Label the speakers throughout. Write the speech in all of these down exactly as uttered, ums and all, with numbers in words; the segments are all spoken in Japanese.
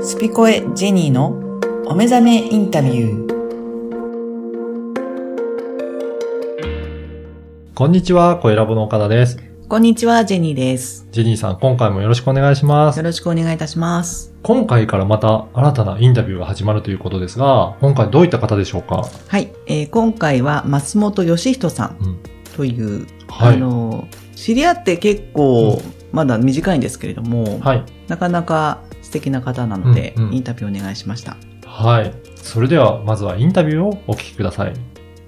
Speaker 1: スピコエジェニーのお目覚めインタビュー。
Speaker 2: こんにちは、声ラボの岡田です。
Speaker 1: こんにちは、ジェニーです。
Speaker 2: ジェニーさん、今回もよろしくお願いします。
Speaker 1: よろしくお願いいたします。
Speaker 2: 今回からまた新たなインタビューが始まるということですが、今回どういった方でしょうか？
Speaker 1: はい、えー、今回は松本義人さんという、うん
Speaker 2: はい、
Speaker 1: あの知り合って結構まだ短いんですけれども、うん、はい、なかなか素敵な方なので、うんうん、インタビューお願いしました。
Speaker 2: はい、それではまずはインタビューをお聞きください。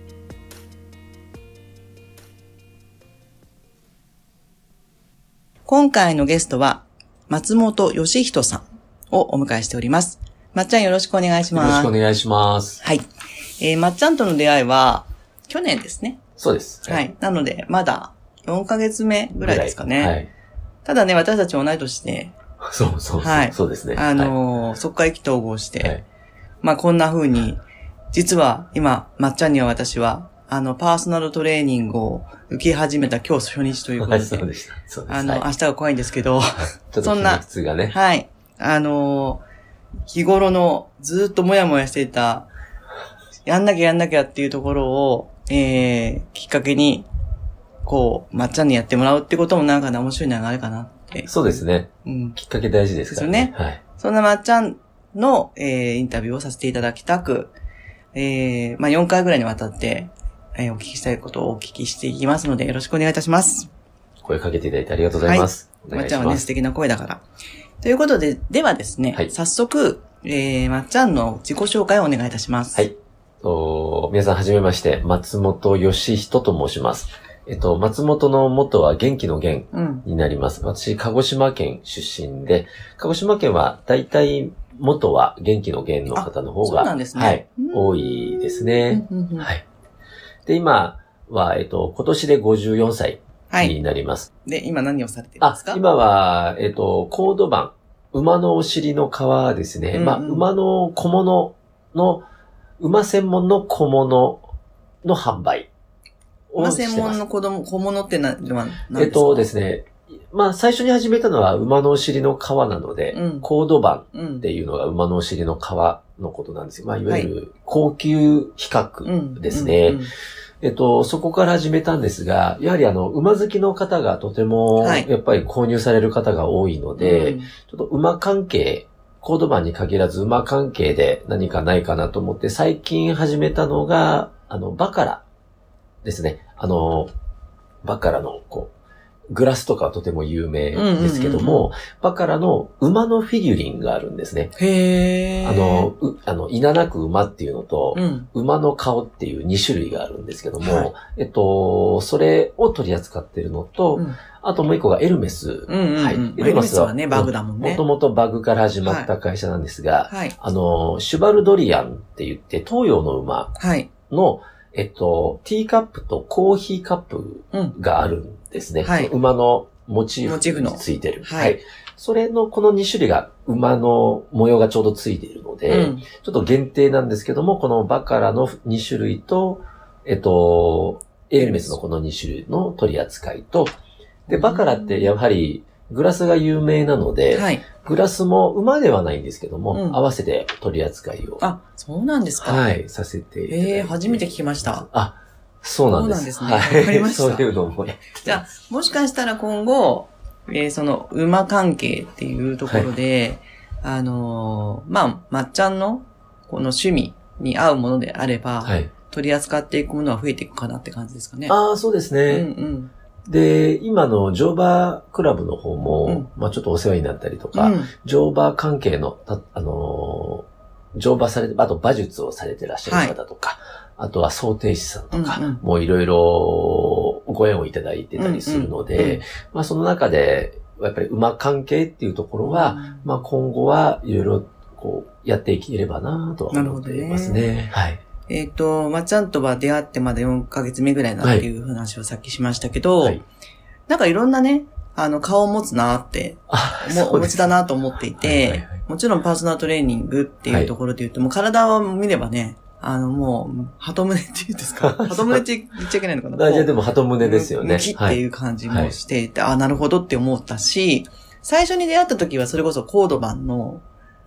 Speaker 1: 今回のゲストは松本義人さんをお迎えしております。まっちゃんよろしくお願いします。
Speaker 3: よろしくお願いします。
Speaker 1: はい。えー、まっちゃんとの出会いは去年ですね。
Speaker 3: そうです。
Speaker 1: はい。はい、なのでまだよんかげつめぐらいですかね。はい。ただね、私たち同い年で。
Speaker 3: そうそうそう。はい。そうですね。
Speaker 1: あのー、はい、そっから意気投合して、はい、まあこんな風に、実は今、まっちゃんには私は、あの、パーソナルトレーニングを受け始めた今日初日ということで。
Speaker 3: そうでした。そうです。
Speaker 1: あの、はい、明日が怖いんですけど、
Speaker 3: ちょっと秘密がね。
Speaker 1: はい。あの、日頃のずっともやもやしていた、やんなきゃやんなきゃっていうところを、えー、きっかけに、こう、まっちゃんにやってもらうってこともなんかね、面白い流れかなって。
Speaker 3: そうですね。うん。きっかけ大事ですからね。
Speaker 1: ですよね。はい。そんなまっちゃんの、えー、インタビューをさせていただきたく、えー、まあ、よんかいぐらいにわたって、えー、お聞きしたいことをお聞きしていきますので、よろしくお願いいたします。
Speaker 3: 声かけていただいてありがとうございます。
Speaker 1: はい。まっちゃんはね、素敵な声だから。ということで、ではですね、はい、早速、えー、まっちゃんの自己紹介をお願いいたします。
Speaker 3: はい。お皆さんはじめまして、松本義人と申します。えっと、松本の元は元気の元になります。うん、私、鹿児島県出身で、鹿児島県は大体元は元気の元の方の方が、
Speaker 1: そうなんですね。
Speaker 3: はい、多いですね。はい。で、今は、えっと、今年でごじゅうよんさいになります。
Speaker 1: はい、で、今何をされてるんですか？
Speaker 3: あ、今は、えっと、コードバン、馬のお尻の皮ですね。うんうん、まあ、馬の小物の、馬専門の小物の販売。
Speaker 1: 馬専門の子供、小物って何ですか？
Speaker 3: えっとですね、まあ最初に始めたのは馬のお尻の皮なので、うん、コードバンっていうのが馬のお尻の皮のことなんですよ。まあいわゆる高級比較ですね。えっと、そこから始めたんですが、やはりあの、馬好きの方がとても、やっぱり購入される方が多いので、はい、ちょっと馬関係、コードバンに限らず馬関係で何かないかなと思って、最近始めたのが、あの、バカラですね。あの、バカラの、こう、グラスとかはとても有名ですけども、うんうんうん、バカラの馬のフィギュリンがあるんですね。
Speaker 1: へー。
Speaker 3: あの、う、あの、いななく馬っていうのと、うん、馬の顔っていうに種類があるんですけども、はい、えっと、それを取り扱ってるのと、うん、あともう一個がエルメス。
Speaker 1: うんうんうん、はい。エルメスはね、バグだもんね。
Speaker 3: もともとバグから始まった会社なんですが、はい、あの、シュバルドリアンって言って、東洋の馬の、はいえっと、ティーカップとコーヒーカップがあるんですね。うん、はい。馬のモチーフについてる。はい、はい。それのこのに種類が馬の模様がちょうどついているので、うん、ちょっと限定なんですけども、このバカラのに種類と、えっと、エルメスのこのに種類の取り扱いと、で、バカラってやはりグラスが有名なので、はい。グラスも馬ではないんですけども、うん、合わせて取り扱いを。
Speaker 1: あ、そうなんですか。
Speaker 3: はい、させていただいて。
Speaker 1: ええー、初めて聞きました。
Speaker 3: あ、そうなんです。
Speaker 1: そうなんですね。わかりました。
Speaker 3: そういうのもね。
Speaker 1: じゃあ、もしかしたら今後、えー、その、馬関係っていうところで、はい、あのー、まあ、まっちゃんの、この趣味に合うものであれば、はい、取り扱っていくものは増えていくかなって感じですかね。
Speaker 3: ああ、そうですね。うんうん。で、今の乗馬クラブの方も、うん、まあちょっとお世話になったりとか、うん、乗馬関係の、あのー、乗馬されて、あと馬術をされてらっしゃる方とか、はい、あとは想定士さんとか、うんうん、もういろいろご縁をいただいてたりするので、うんうんうん、まあその中で、やっぱり馬関係っていうところは、うん、まあ今後はいろいろこうやっていければなとは思っていますね。ねはい。
Speaker 1: えっ、ー、と、まっちゃんとは出会ってまだよんかげつめぐらいだっていう話をさっきしましたけど、はい、なんかいろんなね、あの、顔を持つなって、お持ちだなと思っていて、はいはいはい、もちろんパーソナルトレーニングっていうところで言うと、はい、もう体を見ればね、あの、もう、鳩胸って言うんですか鳩胸って言っちゃいけないのかな
Speaker 3: 大丈夫でも鳩胸ですよね。
Speaker 1: ムキっていう感じもしていて、はい、あ、なるほどって思ったし、最初に出会った時はそれこそコードバンの、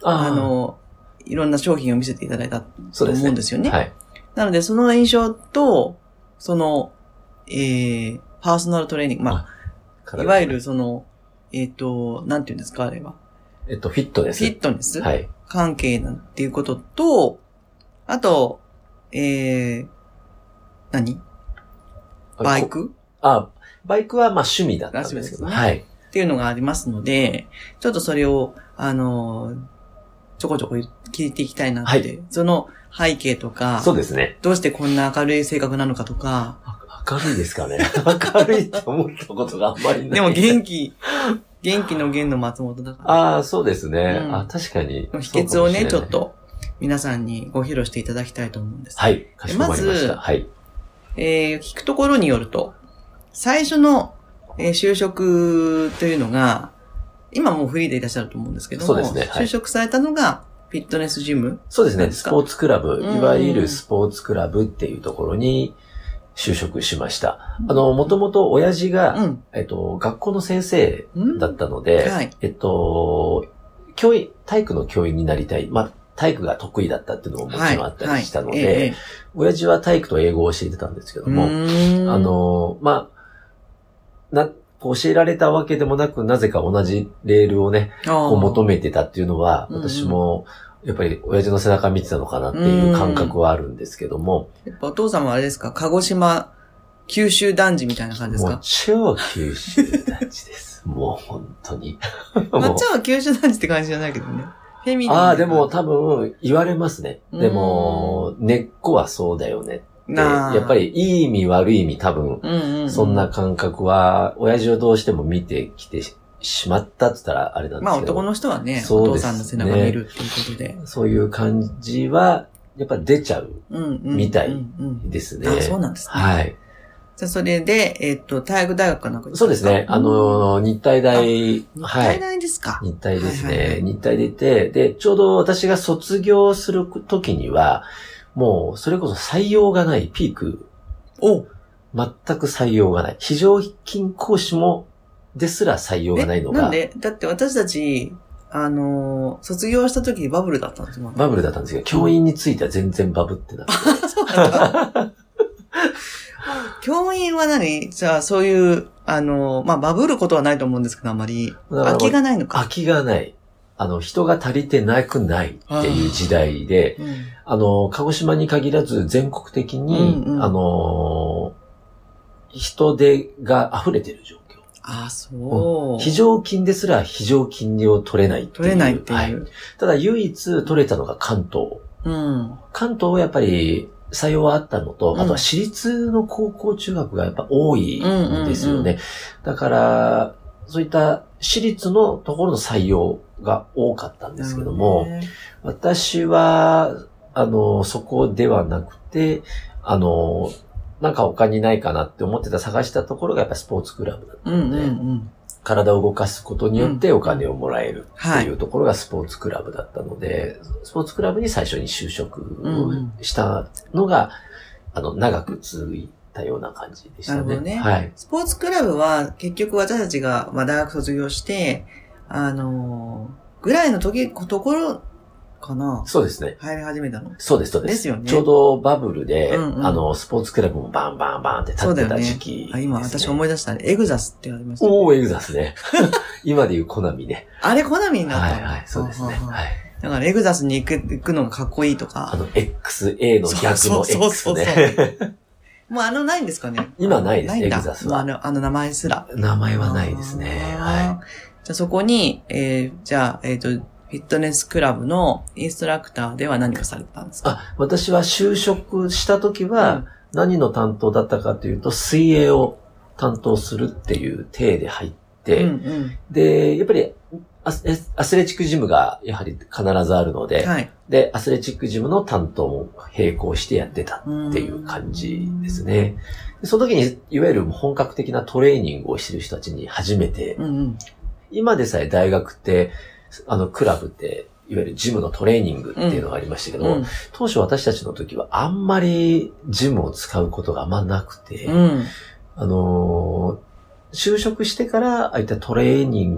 Speaker 1: あ, あの、いろんな商品を見せていただいたと思うんですよね。ねはい。なので、その印象と、その、えー、パーソナルトレーニング、まあ、いわゆるその、えっ、ー、と、なんていうんですか、あれは。
Speaker 3: えっと、フィットネス。
Speaker 1: フィットネス。はい。関係なんていうことと、あと、えー、何バイク
Speaker 3: あ、バイクはまあ趣味だったんですけど、ね、はい。
Speaker 1: っていうのがありますので、ちょっとそれを、あの、ちょこちょこ聞いていきたいなって、はい、その背景とか、
Speaker 3: そうですね。
Speaker 1: どうしてこんな明るい性格なのかとか、
Speaker 3: 明るいですかね。明るいって思ったことがあんまりない。
Speaker 1: でも元気、元気の元の松本だから。
Speaker 3: ああ、そうですね。うん、あ確かに。
Speaker 1: 秘訣をね、ちょっと皆さんにご披露していただきたいと思うんです。
Speaker 3: はい。かしこまりました。まず、はい。
Speaker 1: えー、聞くところによると、最初の、えー、就職というのが、今もうフリーでいらっしゃると思うんですけども、そうですね。はい、就職されたのが、フィットネスジム？
Speaker 3: そうですね。スポーツクラブ、いわゆるスポーツクラブっていうところに就職しました。あの、もともと親父が、うん、えっと、学校の先生だったので、うんはい、えっと、教員、体育の教員になりたい。まあ、体育が得意だったっていうのももちろんあったりしたので、はいはいええ、親父は体育と英語を教えてたんですけども、あの、まあ、な、教えられたわけでもなく、なぜか同じレールをね、こう求めてたっていうのは、私も、やっぱり親父の背中見てたのかなっていう感覚はあるんですけども。
Speaker 1: やっぱお父さんはあれですか、鹿児島、九州男児みたいな感じですか？
Speaker 3: もう超九州男児です。もう本当に。
Speaker 1: まあ、超九州男児って感じじゃないけどね。
Speaker 3: フェミニン。ああ、でも多分言われますね。でも、根っこはそうだよね。やっぱりいい意味悪い意味多分、そんな感覚は、親父をどうしても見てきてしまったって言ったらあれなんですけど。まあ
Speaker 1: 男の人はね、お父さんの背中見るっていうことで。
Speaker 3: そういう感じは、やっぱ出ちゃうみたいですね。
Speaker 1: あ、そうなんですね。
Speaker 3: はい。
Speaker 1: じゃあそれで、えっと、体育大学かなんか
Speaker 3: そうですね。あの、日体大。
Speaker 1: 日体大ですか。
Speaker 3: 日体ですね。日体でいて、で、ちょうど私が卒業する時には、もう、それこそ採用がないピーク。
Speaker 1: お
Speaker 3: 全く採用がない。非常勤講師も、ですら採用がないのが。
Speaker 1: なんでだって私たち、あのー、卒業した時にバブルだったんですよ。
Speaker 3: バブルだったんですけど、教員については全然バブってなくて。そうなんだ。
Speaker 1: 教員は何じゃあ、そういう、あのー、まあ、バブることはないと思うんですけど、あまり。空きがないのか。
Speaker 3: 空きがない。あの、人が足りてなくないっていう時代で、あ,、うん、あの、鹿児島に限らず全国的に、うんうん、あの、人手が溢れてる状況。
Speaker 1: ああ、そう。
Speaker 3: 非常勤ですら非常勤を取れないっていう。
Speaker 1: 取れないっていう。はい、
Speaker 3: ただ唯一取れたのが関東。
Speaker 1: うん、
Speaker 3: 関東はやっぱり採用はあったのと、うん、あとは私立の高校中学がやっぱ多いんですよね。うんうんうん、だから、そういった私立のところの採用が多かったんですけども、私は、あの、そこではなくて、あの、なんか他にないかなって思ってた探したところがやっぱスポーツクラブだったので、うんうんうん、体を動かすことによってお金をもらえるっていうところがスポーツクラブだったので、うんはい、スポーツクラブに最初に就職したのが、あの、長く続いたような感じでしたね。なるほどね。はい。
Speaker 1: スポーツクラブは結局私たちがまあ大学卒業して、あのー、ぐらいの時、ところかな。
Speaker 3: そうですね。
Speaker 1: 入り始めたの。
Speaker 3: そうです、そうです。
Speaker 1: ですよね。
Speaker 3: ちょうどバブルで、うんうん、あの、スポーツクラブもバンバンバンって立ってた時期ですね。
Speaker 1: あ、今私思い出したね。エグザスってありました、
Speaker 3: ね。おー、エグザスね。今で言うコナミね。
Speaker 1: あれコナミになったの？
Speaker 3: はいはい、そうですね。はい。
Speaker 1: だからエグザスに行く、行くのがかっこいいとか。
Speaker 3: あの、エックスエー の逆の X ね。そうそうそうそう。
Speaker 1: もうあのないんですかね？
Speaker 3: 今ないです、エグザスは。
Speaker 1: あの、あの名前すら。
Speaker 3: 名前はないですね。はい。
Speaker 1: じゃあそこに、えー、じゃあ、えっと、フィットネスクラブのインストラクターでは何をされたんですか？
Speaker 3: あ、私は就職した時は何の担当だったかというと、水泳を担当するっていう体で入って、うんうん、で、やっぱりアス、アスレチックジムがやはり必ずあるので、はい、で、アスレチックジムの担当も並行してやってたっていう感じですね。その時に、いわゆる本格的なトレーニングをしてる人たちに初めて、うんうん、今でさえ大学って、あの、クラブって、いわゆるジムのトレーニングっていうのがありましたけど、うん、当初私たちの時はあんまりジムを使うことがあんまなくて、うん、あのー、就職してから、ああいったトレーニングっ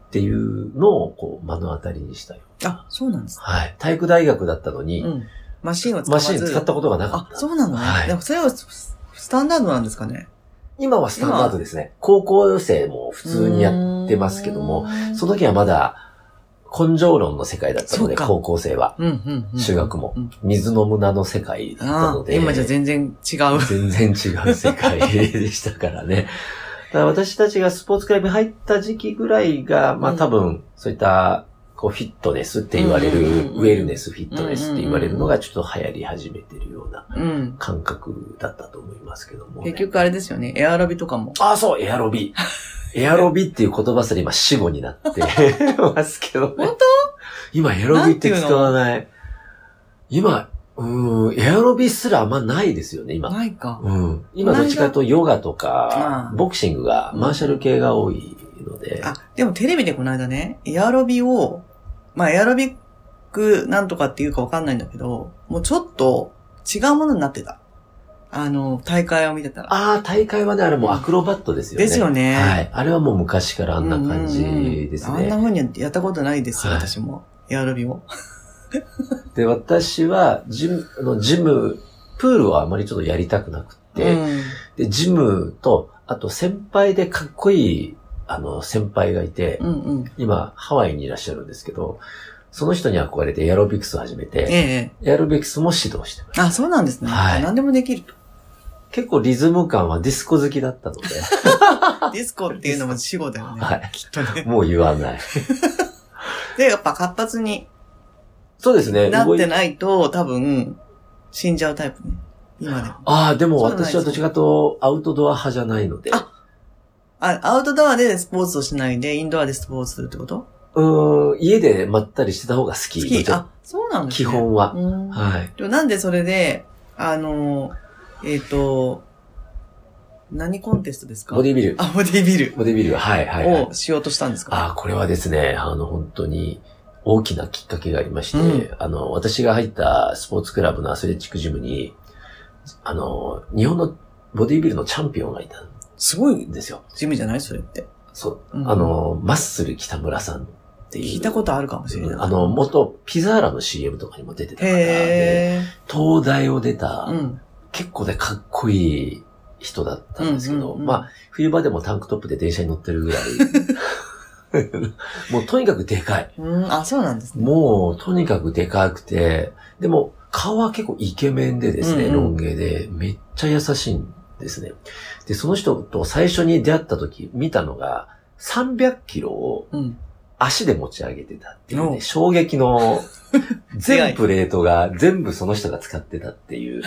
Speaker 3: っていうのをこう目の当たりにしたよ。
Speaker 1: あ、そうなんですね。
Speaker 3: はい。体育大学だったのに、
Speaker 1: うん、マシンを使わず。
Speaker 3: マシン使ったことがなかった。
Speaker 1: あ、そうなのね。はい。でもそれはスタンダードなんですかね。
Speaker 3: 今はスタンダードですね。高校生も普通にやってますけども、その時はまだ根性論の世界だったので、高校生は。うんうんうん、中学も、うん。水の無駄の世界だったので。
Speaker 1: 今じゃ全然違う。
Speaker 3: 全然違う世界でしたからね。だから私たちがスポーツクラブに入った時期ぐらいが、まあ多分、そういった、こうフィットネスって言われる、ウェルネスフィットネスって言われるのがちょっと流行り始めてるような感覚だったと思いますけども、
Speaker 1: ね。結局あれですよね、エアロビとかも。
Speaker 3: ああ、そう、エアロビ。エアロビっていう言葉すら今死語になってますけどね。
Speaker 1: 本当？
Speaker 3: 今エアロビって使わない。今、うん、エアロビすらあんまないですよね、今。
Speaker 1: ないか。
Speaker 3: うん。今どっちかというとヨガとか、ボクシングが、マーシャル系が多いので。
Speaker 1: あ、でもテレビでこの間ね、エアロビを、まあエアロビックなんとかっていうかわかんないんだけど、もうちょっと違うものになってた。あの、大会を見てたら。
Speaker 3: ああ、大会はね、あれもうアクロバットですよね。
Speaker 1: ですよね。
Speaker 3: はい。あれはもう昔からあんな感じですね。
Speaker 1: うんうんうん、あんな風にやったことないですよ、はい、私も。エアロビを。
Speaker 3: で、私は、ジム、あの、ジム、プールはあまりちょっとやりたくなくて、うん、で、ジムと、あと先輩でかっこいい、あの、先輩がいて、うんうん、今、ハワイにいらっしゃるんですけど、その人に憧れてエアロビクスを始めて、ええ、エアロビクスも指導してます。
Speaker 1: あ、そうなんですね。はい。何でもできると。
Speaker 3: 結構リズム感はディスコ好きだったので。
Speaker 1: ディスコっていうのも死語だよね。
Speaker 3: はい。
Speaker 1: きっとね。
Speaker 3: もう言わない。
Speaker 1: で、やっぱ活発に。
Speaker 3: そうですね。
Speaker 1: なってないと多分死んじゃうタイプね。今でも。
Speaker 3: ああ、でも私はどっちかとアウトドア派じゃないので。
Speaker 1: あ、あアウトドアでスポーツをしないでインドアでスポーツするってこと？
Speaker 3: うーん、家でまったりしてた方が好き。
Speaker 1: 好き。あ、そうなんですね。
Speaker 3: 基本は。はい。
Speaker 1: でもなんでそれで、あの、えっと、何コンテストですか？
Speaker 3: ボディビル。
Speaker 1: あ、ボディビル。
Speaker 3: ボディビル、はいはい、はい。
Speaker 1: をしようとしたんですか？
Speaker 3: あ、これはですね、あの、本当に大きなきっかけがありまして、うん、あの、私が入ったスポーツクラブのアスレチックジムに、あの、日本のボディビルのチャンピオンがいたんですよ。
Speaker 1: すごいんですよ。ジムじゃないそれって。
Speaker 3: そう。うん、あの、マッスル北村さんっていう。
Speaker 1: 聞いたことあるかもしれない。
Speaker 3: あの、元ピザーラの シーエム とかにも出てた方で、東大を出た、うん、結構ね、かっこいい人だったんですけど、うんうんうん、まあ、冬場でもタンクトップで電車に乗ってるぐらい。もうとにかくでかい。
Speaker 1: うん、あ、そうなんですね。
Speaker 3: もうとにかくでかくて、でも顔は結構イケメンでですね、うんうん、ロン毛で、めっちゃ優しいんですね。で、その人と最初に出会った時見たのが、さんびゃくキロを足で持ち上げてたっていうね、うん、衝撃の全プレートが全部その人が使ってたっていう。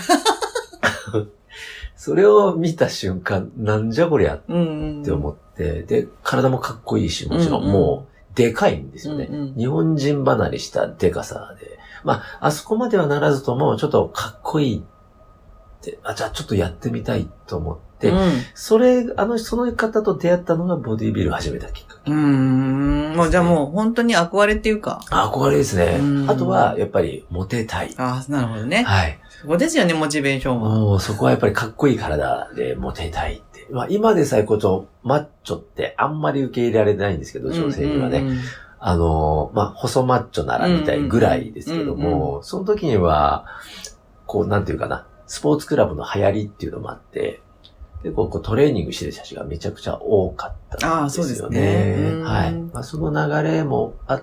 Speaker 3: それを見た瞬間、なんじゃこりゃって思って、うんうん、で、体もかっこいいし、もちろん、うんうん、もう、でかいんですよね、うんうん。日本人離れしたでかさで。まあ、あそこまではならずとも、ちょっとかっこいいって、あ、じゃあちょっとやってみたいと思って、うん、それ、あの、その方と出会ったのがボディビルを始めたきっかけ、
Speaker 1: ね。うーん。もうじゃあもう本当に憧れっていうか。
Speaker 3: 憧れですね。あとは、やっぱり、モテたい。
Speaker 1: ああ、なるほどね。
Speaker 3: はい。
Speaker 1: そこですよね、モチベーションは。
Speaker 3: もう、そこはやっぱりかっこいい体でモテたいって。まあ、今でさえこそ、マッチョってあんまり受け入れられないんですけど、女性にはね。うんうんうん、あの、まあ、細マッチョならみたいぐらいですけども、うんうんうん、その時には、こう、なんていうかな、スポーツクラブの流行りっていうのもあって、結構こうトレーニングしてる人たちがめちゃくちゃ多かったんですよね。ああ、そうですね。はい。まあ、その流れもあって、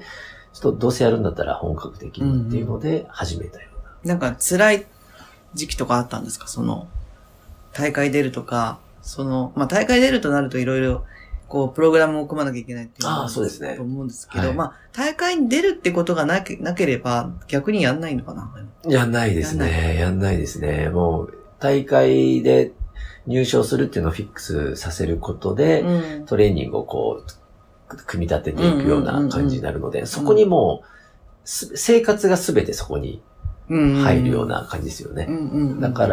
Speaker 3: ちょっとどうせやるんだったら本格的にっていうので始めたような。
Speaker 1: うん、なんか辛い時期とかあったんですか？その、大会出るとか、その、まあ、大会出るとなるといろいろ、こう、プログラムを組まなきゃいけないっていうのが、そうですね。と思うんですけど、はい、まあ、大会に出るってことがなけ、なければ、逆にやんないのかな？
Speaker 3: やんないですね。やんないですね。もう、大会で入賞するっていうのをフィックスさせることで、うん、トレーニングをこう、組み立てていくような感じになるので、そこにもう、生活がすべてそこに入るような感じですよね。だから、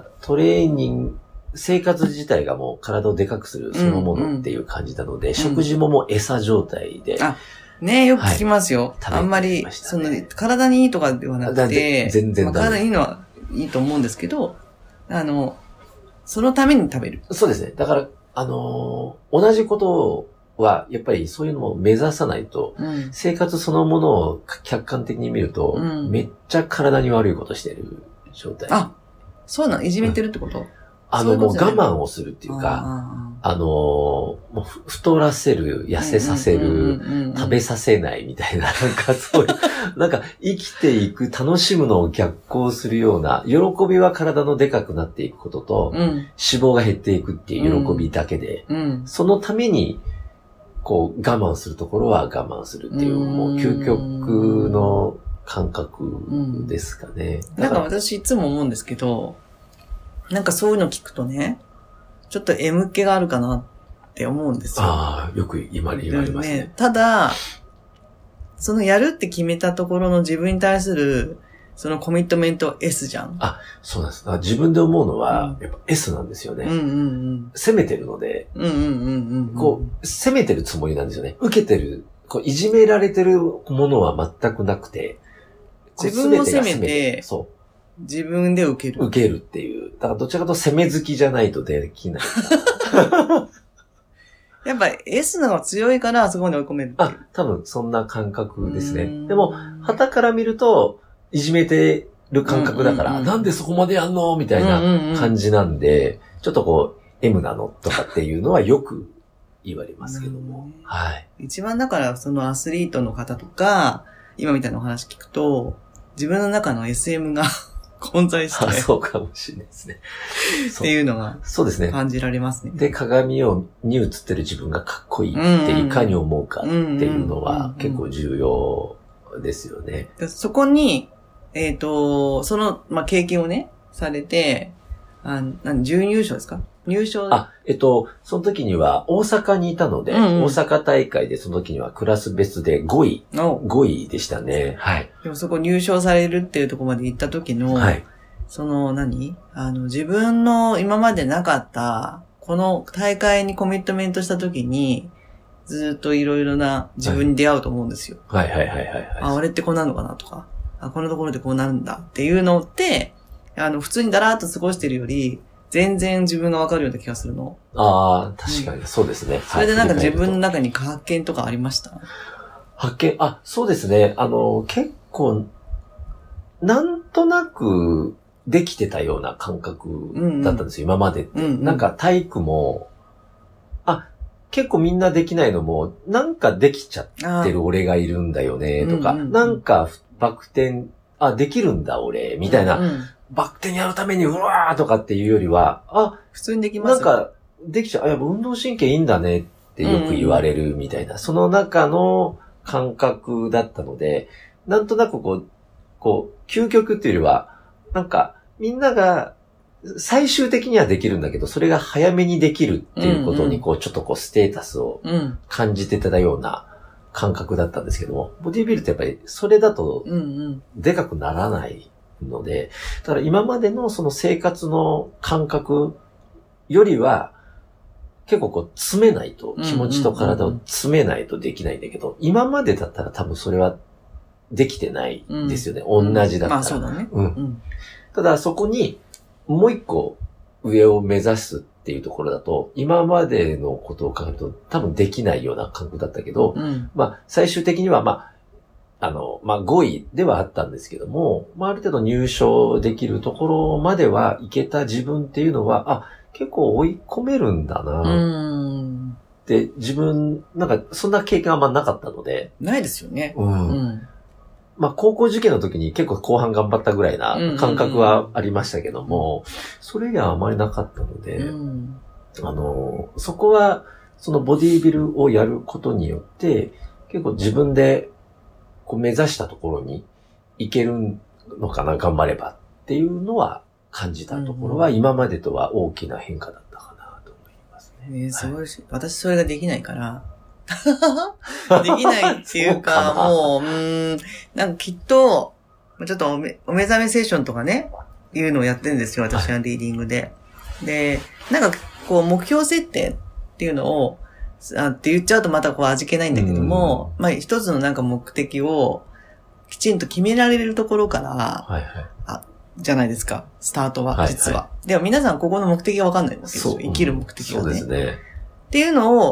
Speaker 3: トレーニング、生活自体がもう体をでかくするそのものっていう感じなので、うんうん、食事ももう餌状態で。
Speaker 1: あ、ねえ、よく聞きますよ。はい、あんまり、その、体にいいとかではなくて、全然、まあ、体にいいのはいいと思うんですけど、あの、そのために食べる。
Speaker 3: そうですね。だから、あのー、同じことをは、やっぱりそういうのを目指さないと、うん、生活そのものを客観的に見ると、うん、めっちゃ体に悪いことしてる状態。
Speaker 1: あ、そうなの？いじめてるってこと？うん、
Speaker 3: あの、もう我慢をするっていうか、あの、もう太らせる、痩せさせる、食べさせないみたいな、なんかそういう、なんか生きていく、楽しむのを逆行するような、喜びは体のでかくなっていくことと、うん、脂肪が減っていくっていう喜びだけで、うん、そのために、こう、我慢するところは我慢するっていう、もう究極の感覚ですかね。
Speaker 1: うん、なんか私いつも思うんですけど、なんかそういうの聞くとね、ちょっと M 気があるかなって思うんですよ。
Speaker 3: ああ、よく今言われますね。ね、
Speaker 1: ただ、そのやるって決めたところの自分に対する、そのコミットメント S じゃん。
Speaker 3: あ、そうなんです。自分で思うのは、やっぱ S なんですよね。うんうんうん、攻めてるので、うんうんうんうん、こう、攻めてるつもりなんですよね。受けてる、こういじめられてるものは全くなくて、
Speaker 1: 自分を責めて、そう。自分で受ける。
Speaker 3: 受けるっていう。だからどちらかと攻め好きじゃないとできない。
Speaker 1: やっぱ S の方が強いからあそこに追い込めるっていう。
Speaker 3: あ、多分そんな感覚ですね。でも、旗から見ると、いじめてる感覚だから、うんうんうん、なんでそこまでやんのみたいな感じなんで、うんうんうん、ちょっとこう、M なのとかっていうのはよく言われますけども。ね、はい。
Speaker 1: 一番だからそのアスリートの方とか、今みたいなお話聞くと、自分の中の エスエム が混在して。
Speaker 3: あ、そうかもしれないですね。
Speaker 1: っていうのが。
Speaker 3: そうですね。
Speaker 1: 感じられますね。
Speaker 3: で、鏡をに映ってる自分がかっこいいっていかに思うかっていうのは結構重要ですよね。
Speaker 1: そこに、えっと、その、まあ、経験をね、されて、あ何、準優勝ですか？入賞。
Speaker 3: あ、えっと、その時には大阪にいたので、うんうん、大阪大会でその時にはクラス別でごい。ごいでしたね。はい。
Speaker 1: でもそこ入賞されるっていうところまで行った時の、はい。その何あの、自分の今までなかった、この大会にコミットメントした時に、ずっといろいろな自分に出会うと思うんですよ。
Speaker 3: はい、はい、はいはいはいはい。
Speaker 1: あ、俺ってこうなるのかなとか、あ、このところでこうなるんだっていうのって、あの、普通にだらーっと過ごしてるより、全然自分がわかるような気がするの。
Speaker 3: ああ、確かに、そうですね。
Speaker 1: それでなんか自分の中に発見とかありました？
Speaker 3: 発見、あ、そうですね。あの、結構、なんとなくできてたような感覚だったんですよ、うんうん、今までって、うんうん。なんか体育も、あ、結構みんなできないのも、なんかできちゃってる俺がいるんだよね、とか、うんうんうん、なんかバク転、あ、できるんだ俺、みたいな。うんうん、バク転やるためにうわーとかっていうよりは、あ、
Speaker 1: 普通にできます
Speaker 3: なんか、できちゃう。あ、やっぱ運動神経いいんだねってよく言われるみたいな、うんうん、その中の感覚だったので、なんとなくこう、こう、究極っていうよりは、なんか、みんなが、最終的にはできるんだけど、それが早めにできるっていうことに、こう、ちょっとこう、ステータスを感じてたような感覚だったんですけども、ボディビルってやっぱり、それだと、でかくならないので、だから今までのその生活の感覚よりは、結構こう詰めないと、気持ちと体を詰めないとできないんだけど、今までだったら多分それはできてないですよね。うん、同じだったら。まあ
Speaker 1: そうだね。
Speaker 3: うん。ただそこにもう一個上を目指すっていうところだと、今までのことを考えると多分できないような感覚だったけど、うん、まあ最終的にはまあ、あの、まあ、ごいではあったんですけども、まあ、ある程度入賞できるところまではいけた自分っていうのは、あ、結構追い込めるんだなって自分、なんかそんな経験はあんまなかったので。
Speaker 1: ないですよね。
Speaker 3: うん。うん、まあ、高校受験の時に結構後半頑張ったぐらいな感覚はありましたけども、それ以外はあまりなかったので、うん、あの、そこはそのボディービルをやることによって、結構自分でこう目指したところに行けるのかな、頑張ればっていうのは感じたところは、今までとは大きな変化だったかなと思いますね。
Speaker 1: えー、すごいし、はい、私それができないから、できないっていうか、かもう、うーん、なんかきっと、ちょっとお目、お目覚めセッションとかね、いうのをやってるんですよ、私はリーディングで。はい、で、なんかこう目標設定っていうのを、あって言っちゃうとまたこう味気ないんだけども、まあ一つのなんか目的をきちんと決められるところから、はいはい、あじゃないですか、スタートは、実は。はいはい、でも皆さんここの目的がわかんないんですよ。生きる目的がね。
Speaker 3: そうですね。
Speaker 1: っていうのを、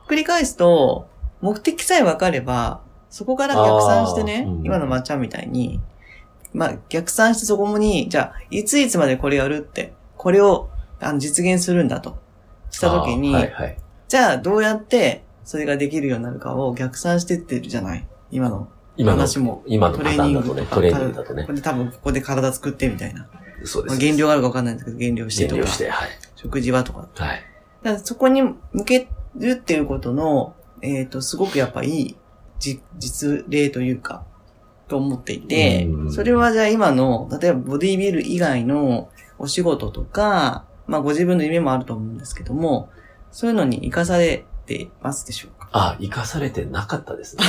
Speaker 1: くり返すと、目的さえ分かれば、そこから逆算してね、うん、今のまっちゃんみたいに、まあ逆算してそこに、じゃあ、いついつまでこれやるって、これをあの実現するんだと、したときに、はいはい、じゃあどうやってそれができるようになるかを逆算してってるじゃない今の話も。
Speaker 3: 今のトレーニングとね、トレーニングだとね。
Speaker 1: これ多分ここで体作ってみたいな。
Speaker 3: そうです。
Speaker 1: 減量があるか分かんないんですけど、減量してとか。
Speaker 3: 減量して、はい。
Speaker 1: 食事はとか。
Speaker 3: はい。
Speaker 1: だからそこに向けるっていうことの、えっと、すごくやっぱいい実例というか、と思っていて、それはじゃあ今の、例えばボディビル以外のお仕事とか、まあご自分の夢もあると思うんですけども、そういうのに活かされてますでしょうか？
Speaker 3: あ、活かされてなかったですね。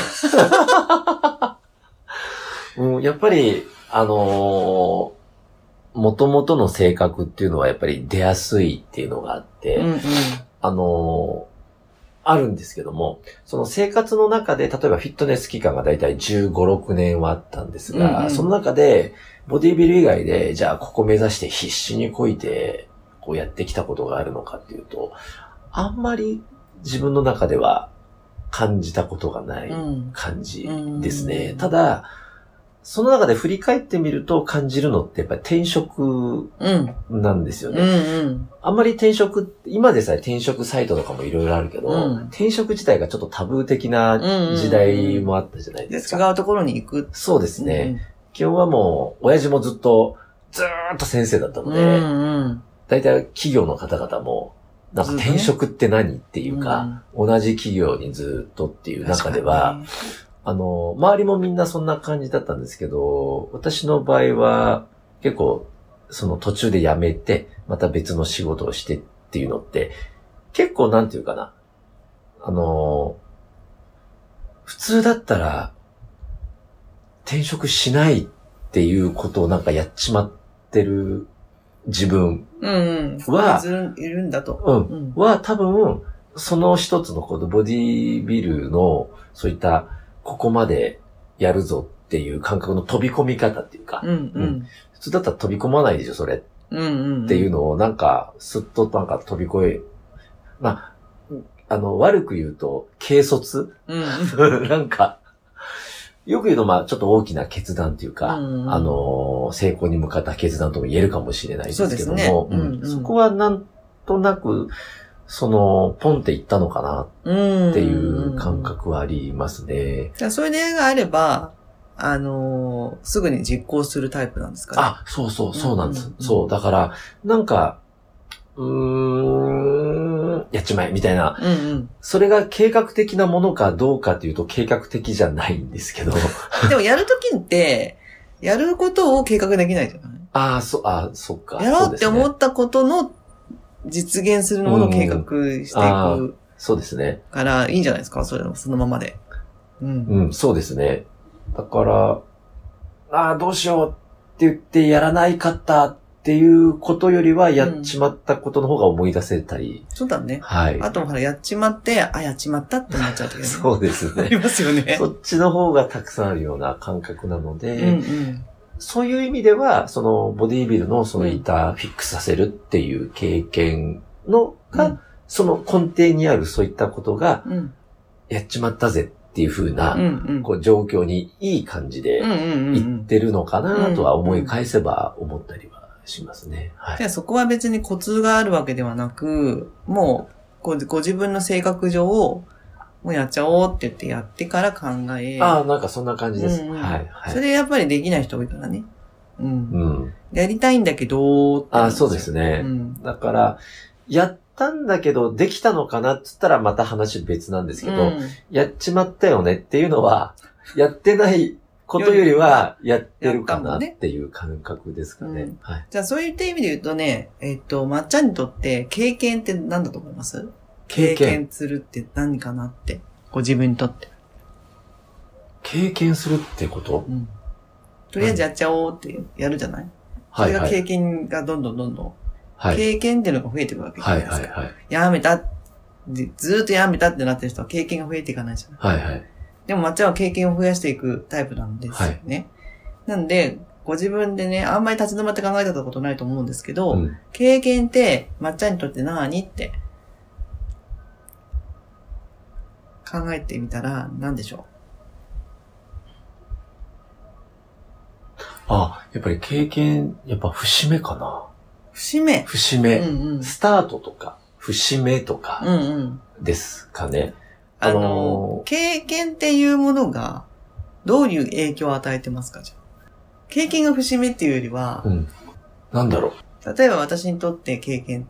Speaker 3: うん、やっぱり、あのー、元々の性格っていうのはやっぱり出やすいっていうのがあって、うんうん、あのー、あるんですけども、その生活の中で、例えばフィットネス期間がだいたいじゅうご、ろくねんはあったんですが、うんうん、その中で、ボディビル以外で、じゃあここ目指して必死にこいて、こうやってきたことがあるのかっていうと、あんまり自分の中では感じたことがない感じですね。うん、ただ、その中で振り返ってみると感じるのってやっぱり転職なんですよね。うんうんうん、あんまり転職、今でさえ転職サイトとかもいろいろあるけど、うん、転職自体がちょっとタブー的な時代もあったじゃないですか。
Speaker 1: うんうんうん、違うところに行く。
Speaker 3: そうですね。うんうん、基本はもう、親父もずっと、ずーっと先生だったので、うんうん、大体企業の方々も、なんか転職って何っていうか、うん、同じ企業にずっとっていう中では、あの、周りもみんなそんな感じだったんですけど、私の場合は結構その途中で辞めて、また別の仕事をしてっていうのって、結構なんていうかな、あの、普通だったら転職しないっていうことをなんかやっちまってる自分は、
Speaker 1: うんうん、いるんだと。
Speaker 3: うん。は多分、その一つのこのボディビルのそういったここまでやるぞっていう感覚の飛び込み方っていうか、うんうんうん、普通だったら飛び込まないでしょ、それ。うんうんうん、っていうのをなんか、すっとなんか飛び越え、まあ、あの、悪く言うと、軽率、うん、なんか、よく言うと、まあ、ちょっと大きな決断っていうか、うんうん、あの、成功に向かった決断とも言えるかもしれないですけども、そ、ねうんうん、そこはなんとなく、その、ポンっていったのかなっていう感覚はありますね。
Speaker 1: じゃあ、そういう例があれば、あのー、すぐに実行するタイプなんですかね。
Speaker 3: あ、そうそう、そうなんです。うんうんうん、そう、だから、なんか、うーん、やっちまえ、みたいな、うんうん。それが計画的なものかどうかっていうと計画的じゃないんですけど。
Speaker 1: でもやるときって、やることを計画できないじゃない？
Speaker 3: ああ、そ、あそっか。
Speaker 1: やろうって思ったことの実現するものを計画していく。
Speaker 3: そうですね。
Speaker 1: から、いいんじゃないですか？それの、そのままで。
Speaker 3: うん。うん、そうですね。だから、ああ、どうしようって言ってやらないかったっていうことよりは、やっちまったことの方が思い出せたり。
Speaker 1: うん、そうだね。
Speaker 3: はい。
Speaker 1: あと、ほら、やっちまって、あ、やっちまったってなっちゃうときね。
Speaker 3: そうですね。
Speaker 1: ありますよね。
Speaker 3: そっちの方がたくさんあるような感覚なので、うんうん、そういう意味では、その、ボディービルのそういったフィックスさせるっていう経験のが、うん、その根底にあるそういったことが、うん、やっちまったぜっていう風な、うんうん、こう状況にいい感じでいってるのかなとは思い返せば思ったりはしますね。はい、
Speaker 1: じゃあそこは別にコツがあるわけではなく、もうご、ご自分の性格上をもうやっちゃおうって言ってやってから考え。
Speaker 3: ああ、なんかそんな感じです。うんうん、はい、はい。
Speaker 1: それやっぱりできない人多いからね。うん。うん、やりたいんだけど、
Speaker 3: ああ、そうですね。うん、だから、やったんだけど、できたのかなって言ったらまた話別なんですけど、うん、やっちまったよねっていうのは、やってないことよりは、やってるかなっていう感覚ですかね。うん、はい、
Speaker 1: じゃあそういった意味で言うとね、えっと、まっちゃんにとって経験って何だと思います？経験するって何かなって、ご自分にとって。
Speaker 3: 経験するってこと、うん、
Speaker 1: とりあえずやっちゃおうってやるじゃない、はい、それが経験がどんどんどんどん、はい、経験っていうのが増えていくわけじゃないですか。はいはいはい、やめたで、ずーっとやめたってなってる人は経験が増えていかないじゃない。はいはい、でもまっちゃんは経験を増やしていくタイプなんですよね。はい、なんで、ご自分でね、あんまり立ち止まって考えたことないと思うんですけど、うん、経験ってまっちゃんにとって何って考えてみたら何でしょ
Speaker 3: う。あ、やっぱり経験、やっぱ節目かな。
Speaker 1: 節目
Speaker 3: 節目、
Speaker 1: うんうん。
Speaker 3: スタートとか、節目とか、ですかね。うんうん、
Speaker 1: あのー、経験っていうものが、どういう影響を与えてますかじゃあ。経験が節目っていうよりは、
Speaker 3: うん、なんだろ
Speaker 1: う。例えば私にとって経験って、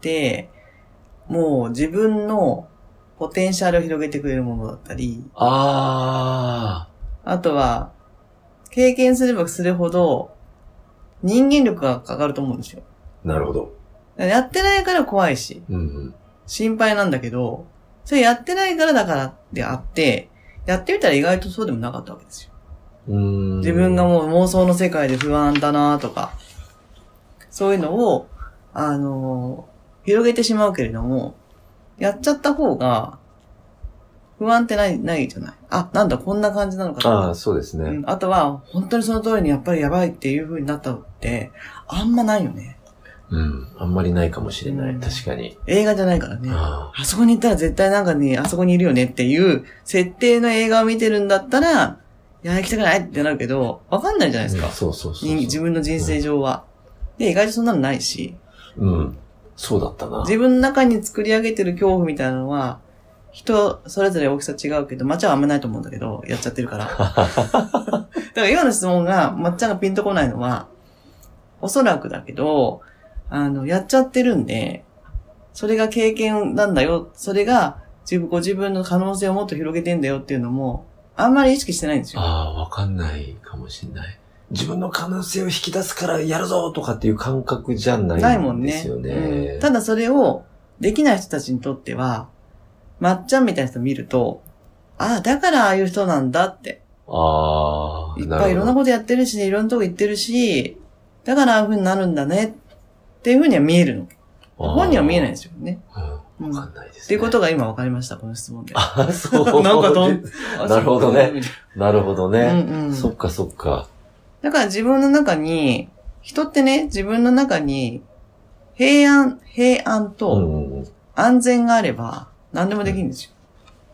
Speaker 1: もう自分のポテンシャルを広げてくれるものだったり、
Speaker 3: あ
Speaker 1: あとは、経験すればするほど、人間力が上がると思うんですよ。
Speaker 3: なるほど。
Speaker 1: やってないから怖いし、
Speaker 3: うんうん、
Speaker 1: 心配なんだけど、それやってないからだからであって、やってみたら意外とそうでもなかったわけですよ。
Speaker 3: うーん
Speaker 1: 自分がもう妄想の世界で不安だなとか、そういうのを、あのー、広げてしまうけれども、やっちゃった方が、不安ってない、ないじゃない。あ、なんだ、こんな感じなのかな。
Speaker 3: ああ、そうですね、
Speaker 1: うん。あとは、本当にその通りにやっぱりやばいっていう風になったのって、あんまないよね。
Speaker 3: うん。あんまりないかもしれない。うん、確かに。
Speaker 1: 映画じゃないからね。あ, あそこに行ったら絶対なんかね、あそこにいるよねっていう設定の映画を見てるんだったら、いや、行きたくないってなるけど、わかんないじゃないですか。
Speaker 3: うん、そうそうそうそう。
Speaker 1: 自分の人生上は、うん。で、意外とそんなのないし。
Speaker 3: うん。そうだったな。
Speaker 1: 自分の中に作り上げてる恐怖みたいなのは、人、それぞれ大きさ違うけど、まっちゃんはあんまないと思うんだけど、やっちゃってるから。だから今の質問が、まっちゃんがピンとこないのは、おそらくだけど、あの、やっちゃってるんで、それが経験なんだよ。それが、自分、ご自分の可能性をもっと広げてんだよっていうのも、あんまり意識してないんですよ。
Speaker 3: ああ、わかんないかもしれない。自分の可能性を引き出すからやるぞとかっていう感覚じゃないんですよね。ないもんね。
Speaker 1: うん、ただそれを、できない人たちにとっては、まっちゃんみたいな人見ると、ああ、だからああいう人なんだって。
Speaker 3: ああ、
Speaker 1: いっぱいいろんなことやってるし、いろんなとこ行ってるし、だからああいう風になるんだねっていう風には見えるの。本人は見えないんですよね。
Speaker 3: うん。わかんないですね。
Speaker 1: っていうことが今わかりました、この質問で。
Speaker 3: あ、そう。
Speaker 1: なんかどん、
Speaker 3: なるほどね。なるほどね。
Speaker 1: うんうん。
Speaker 3: そっかそっか。
Speaker 1: だから自分の中に、人ってね、自分の中に、平安、平安と安全があれば、何でもできるんですよ。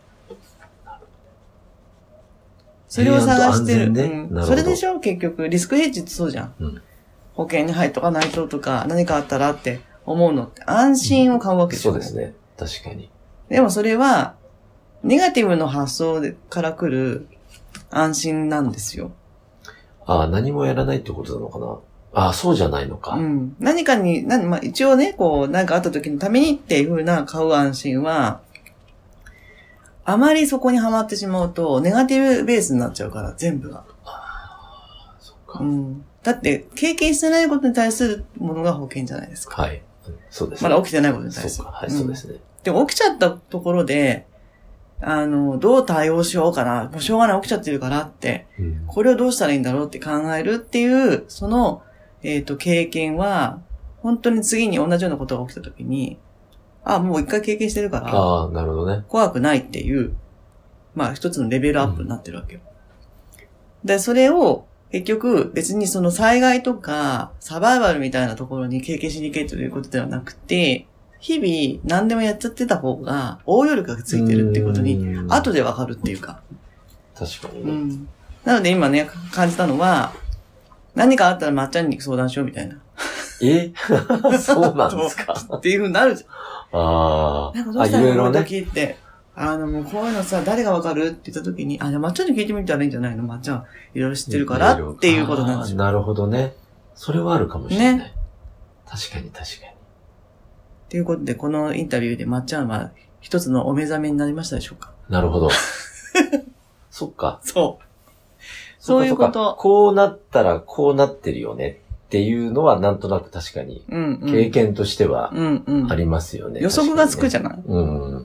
Speaker 1: それを探してる。ね、うん、それでしょ結局。リスクヘッジってそうじゃん。うん、保険に入っとかないととか、何かあったらって思うのって、安心を買うわけでしょ、
Speaker 3: うん、そうですね。確かに。
Speaker 1: でもそれは、ネガティブの発想から来る安心なんですよ。
Speaker 3: ああ、何もやらないってことなのかな。ああ、そうじゃないのか。
Speaker 1: うん。何かに、なまあ、一応ね、こう、何かあった時のためにっていう風な買う安心は、あまりそこにはまってしまうと、ネガティブベースになっちゃうから、全部が。
Speaker 3: ああ、そっか。
Speaker 1: うん。だって、経験してないことに対するものが保険じゃないですか。
Speaker 3: はい。そうですね。
Speaker 1: まだ起きてないことに対する。
Speaker 3: そうか。はい、うん、そうですね。
Speaker 1: でも起きちゃったところで、あの、どう対応しようかな。もうしょうがない起きちゃってるからって、うん、これをどうしたらいいんだろうって考えるっていう、その、えっと、経験は、本当に次に同じようなことが起きたときに、あ、もう一回経験してるから、
Speaker 3: ああ、なるほどね。
Speaker 1: 怖くないっていう、まあ一つのレベルアップになってるわけよ。うん、で、それを、結局別にその災害とかサバイバルみたいなところに経験しに行けということではなくて、日々何でもやっちゃってた方が応用力がついてるってことに後でわかるっていうか。
Speaker 3: 確かにね、
Speaker 1: うん。なので今ね、感じたのは、何かあったらまっちゃんに相談しようみたいな。
Speaker 3: えそうなんですか
Speaker 1: っていう風になるじゃん。
Speaker 3: ああ。
Speaker 1: なんかどうしたらいいの時って。あの、もうこういうのさ、誰がわかるって言った時に、あ、じゃあまっちゃんに聞いてみたらいいんじゃないのまっちゃん、いろいろ知ってるからっていうことなんですよ。
Speaker 3: なるほどね。それはあるかもしれない。ね。確かに確かに。
Speaker 1: ということで、このインタビューでまっちゃんは一つのお目覚めになりましたでしょうか？
Speaker 3: なるほど。そっか。
Speaker 1: そう。そういうこと。
Speaker 3: こうなったらこうなってるよねっていうのはなんとなく確かに、経験としてはありますよね。
Speaker 1: うんうん、予測がつくじゃない？
Speaker 3: うん。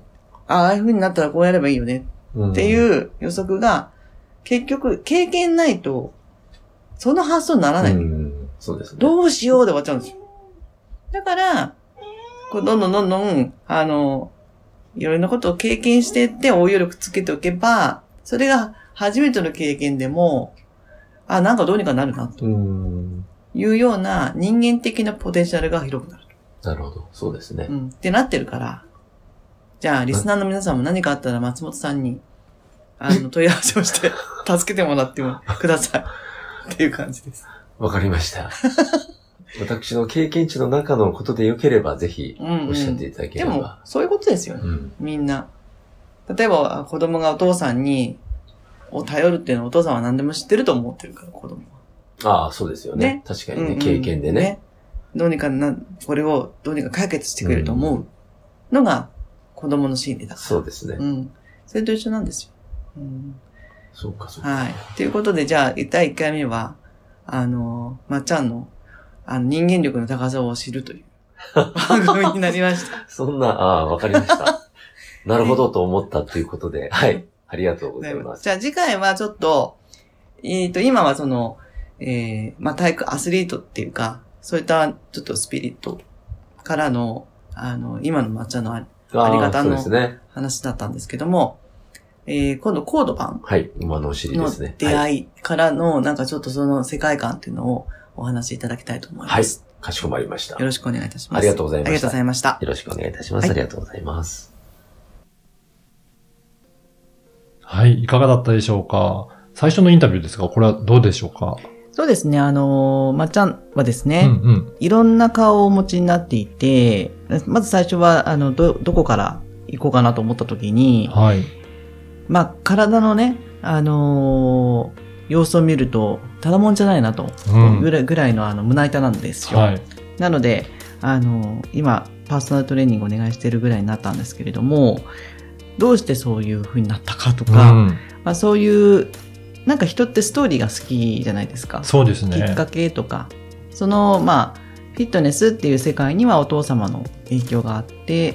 Speaker 1: ああいう風になったらこうやればいいよねっていう予測が、結局経験ないと、その発想にならない。うん、
Speaker 3: そうですね。
Speaker 1: どうしようで終わっちゃうんですよ。だから、こうどんどんどんどん、あの、いろんなことを経験していって応用力つけておけば、それが初めての経験でも、あ、なんかどうにかなるな、というような人間的なポテンシャルが広くなる。
Speaker 3: なるほど。そうですね。
Speaker 1: うん。ってなってるから、じゃあ、リスナーの皆さんも何かあったら松本さんにあの、問い合わせをして、助けてもらってもください。っていう感じです。
Speaker 3: わかりました。私の経験値の中のことでよければ、ぜひ、おっしゃっていただければ。うんうん、
Speaker 1: でも、そういうことですよね。うん、みんな。例えば、子供がお父さんに、を頼るっていうのはお父さんは何でも知ってると思ってるから、子供は。
Speaker 3: ああ、そうですよね。ね、確かにね、うんうん、経験でね。ね、
Speaker 1: どうにかな、これをどうにか解決してくれると思うのが子供の心理だから。
Speaker 3: そうですね。
Speaker 1: うん。それと一緒なんですよ。うん、
Speaker 3: そうか、そうか。
Speaker 1: はい。ということで、じゃあ、だいいっかいめは、あの、まっちゃんの、あの、人間力の高さを知るという番組になりました。
Speaker 3: そんな、ああ、わかりました。なるほどと思ったということで、はい。ありがとうございます。
Speaker 1: じゃあ次回はちょっと、えっと、今はその、えー、まあ、体育アスリートっていうか、そういったちょっとスピリットからの、あの、今の抹茶のあり方の話だったんですけども、えー、今度コード版。
Speaker 3: はい、今のお知りですね。
Speaker 1: 出会いからの、なんかちょっとその世界観っていうのをお話しいただきたいと思います。
Speaker 3: はい、かしこまりました。
Speaker 1: よろしくお願いいたします。
Speaker 3: ありがとうございました。
Speaker 1: ありがとうございました。
Speaker 3: よろしくお願いいたします。はい、ありがとうございます。
Speaker 2: はい、いかがだったでしょうか。最初のインタビューですが、これはどうでしょうか。
Speaker 1: そうですね、あのー、まっちゃんはですね、
Speaker 2: うんうん、
Speaker 1: いろんな顔をお持ちになっていて、まず最初は、あの、ど、どこから行こうかなと思った時に、
Speaker 2: はい。
Speaker 1: まあ、体のね、あのー、様子を見ると、ただもんじゃないなと、うん、ぐらい、ぐらいのあの、胸板なんですよ。はい。なので、あのー、今、パーソナルトレーニングをお願いしているぐらいになったんですけれども、どうしてそういう風になったかとか、うん、まあそういう、なんか人ってストーリーが好きじゃないですか。
Speaker 2: そうですね。
Speaker 1: きっかけとか。その、まあ、フィットネスっていう世界にはお父様の影響があって、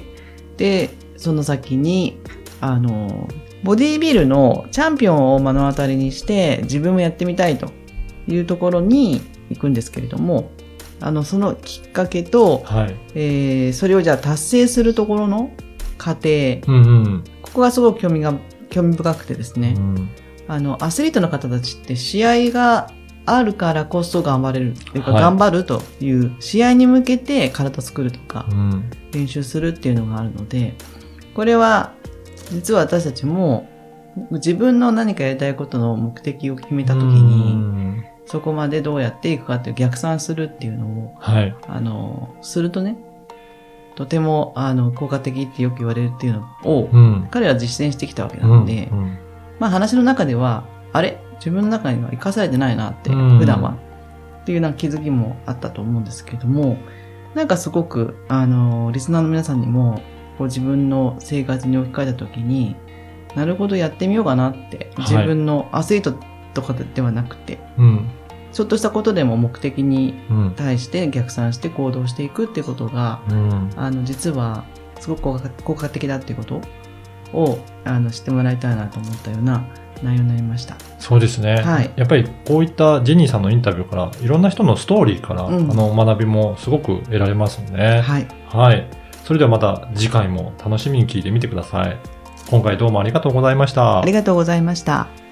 Speaker 1: で、その先に、あの、ボディービルのチャンピオンを目の当たりにして自分もやってみたいというところに行くんですけれども、あの、そのきっかけと、
Speaker 2: はい、
Speaker 1: えー、それをじゃあ達成するところの過程、
Speaker 2: うんうん、
Speaker 1: ここがすごく興味が、興味深くてですね、うん、あの、アスリートの方たちって試合があるからこそ頑張れるというか、はい、頑張るという試合に向けて体作るとか、うん、練習するっていうのがあるので、これは実は私たちも自分の何かやりたいことの目的を決めたときに、うん、そこまでどうやっていくかっていう逆算するっていうのを、
Speaker 2: はい、
Speaker 1: あの、するとね、とても、あの、効果的ってよく言われるっていうのを、うん、彼は実践してきたわけなので、うんうん、まあ話の中では、あれ自分の中には生かされてないなって、うん、普段は。っていうなんか気づきもあったと思うんですけれども、なんかすごく、あの、リスナーの皆さんにも、こう自分の生活に置き換えたときに、なるほどやってみようかなって、自分のアスリートとかではなくて、
Speaker 2: はい、うん
Speaker 1: ちょっとしたことでも目的に対して逆算して行動していくっていうことが、うん、あの実はすごく効果的だっていうことをあの知ってもらいたいなと思ったような内容になりました。
Speaker 2: そうですね、はい、やっぱりこういったジェニーさんのインタビューからいろんな人のストーリーから、うん、あの学びもすごく得られますよね。
Speaker 1: はい、
Speaker 2: はい、それではまた次回も楽しみに聞いてみてください。今回どうもありがとうございました。
Speaker 1: ありがとうございました。